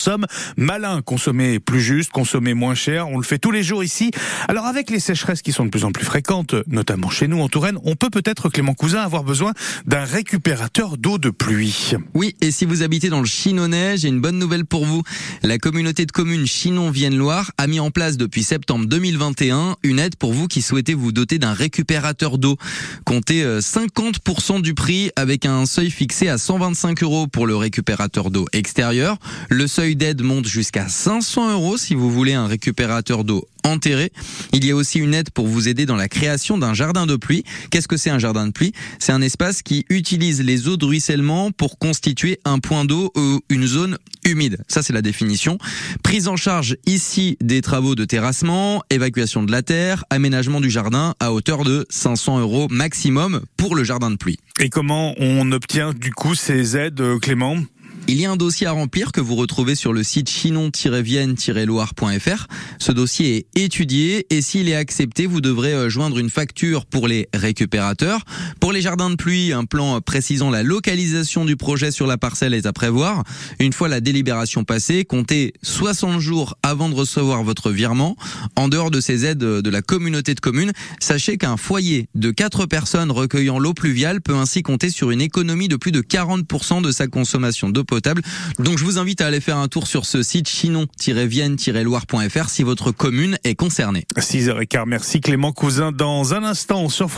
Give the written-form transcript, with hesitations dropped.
consomme. Malin, consommer plus juste, consommer moins cher. On le fait tous les jours ici. Alors avec les sécheresses qui sont de plus en plus fréquentes, notamment chez nous en Touraine, on peut peut-être, Clément Cousin, avoir besoin d'un récupérateur d'eau de pluie. Oui, et si vous habitez dans le Chinonnais, j'ai une bonne nouvelle pour vous. La communauté de communes Chinon-Vienne-Loire a mis en place depuis septembre 2021 une aide pour vous qui souhaitez vous doter d'un récupérateur d'eau. Comptez 50% du prix avec un seuil fixé à 125 € pour le récupérateur d'eau extérieur. Le seuil d'aide monte jusqu'à 500 € si vous voulez un récupérateur d'eau enterré. Il y a aussi une aide pour vous aider dans la création d'un jardin de pluie. Qu'est-ce que c'est un jardin de pluie ? C'est un espace qui utilise les eaux de ruissellement pour constituer un point d'eau ou une zone humide. Ça, c'est la définition. Prise en charge ici des travaux de terrassement, évacuation de la terre, aménagement du jardin à hauteur de 500 € maximum pour le jardin de pluie. Et comment on obtient du coup ces aides, Clément ? Il y a un dossier à remplir que vous retrouvez sur le site chinon-vienne-loire.fr. Ce dossier est étudié et s'il est accepté, vous devrez joindre une facture pour les récupérateurs. Pour les jardins de pluie, un plan précisant la localisation du projet sur la parcelle est à prévoir. Une fois la délibération passée, comptez 60 jours avant de recevoir votre virement. En dehors de ces aides de la communauté de communes, sachez qu'un foyer de 4 personnes recueillant l'eau pluviale peut ainsi compter sur une économie de plus de 40% de sa consommation d'eau potable. Donc je vous invite à aller faire un tour sur ce site chinon-vienne-loire.fr si votre commune est concernée. 6h15, merci Clément Cousin. Dans un instant, on surfe